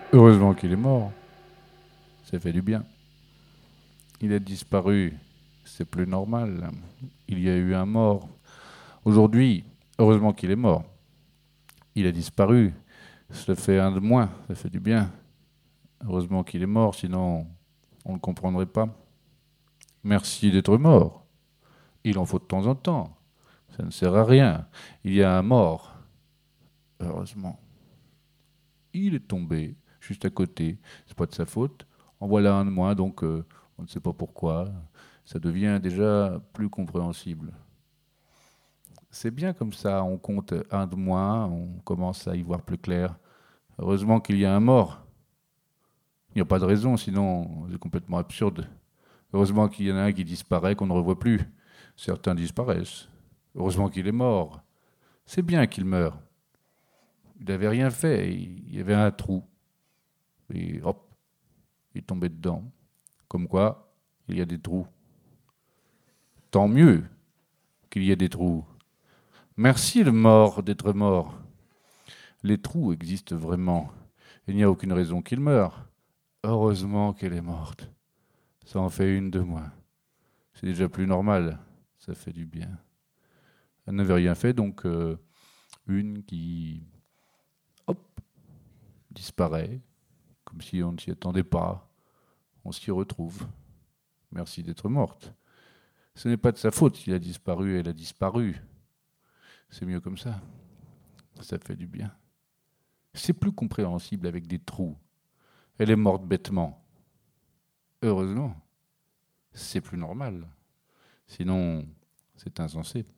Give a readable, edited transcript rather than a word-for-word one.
Heureusement qu'il est mort, ça fait du bien. Il a disparu, c'est plus normal. Il y a eu un mort. Aujourd'hui, heureusement qu'il est mort. Il a disparu, ça fait un de moins, ça fait du bien. Heureusement qu'il est mort, sinon on ne le comprendrait pas. Merci d'être mort. Il en faut de temps en temps. Ça ne sert à rien. Il y a un mort, heureusement. Il est tombé juste à côté. C'est pas de sa faute. En voilà un de moins, donc on ne sait pas pourquoi. Ça devient déjà plus compréhensible. C'est bien comme ça, on compte un de moins, on commence à y voir plus clair. Heureusement qu'il y a un mort. Il n'y a pas de raison, sinon c'est complètement absurde. Heureusement qu'il y en a un qui disparaît, qu'on ne revoit plus. Certains disparaissent. Heureusement qu'il est mort. C'est bien qu'il meure. Il n'avait rien fait, il y avait un trou. Et hop, il est tombé dedans. Comme quoi, il y a des trous. Tant mieux qu'il y ait des trous. Merci le mort d'être mort. Les trous existent vraiment. Il n'y a aucune raison qu'il meure. Heureusement qu'elle est morte. Ça en fait une de moins. C'est déjà plus normal. Ça fait du bien. Elle n'avait rien fait, donc une qui, hop, disparaît, comme si on ne s'y attendait pas. On s'y retrouve. Merci d'être morte. Ce n'est pas de sa faute s'il a disparu, elle a disparu. C'est mieux comme ça. Ça fait du bien. C'est plus compréhensible avec des trous. Elle est morte bêtement. Heureusement, c'est plus normal. Sinon, c'est insensé.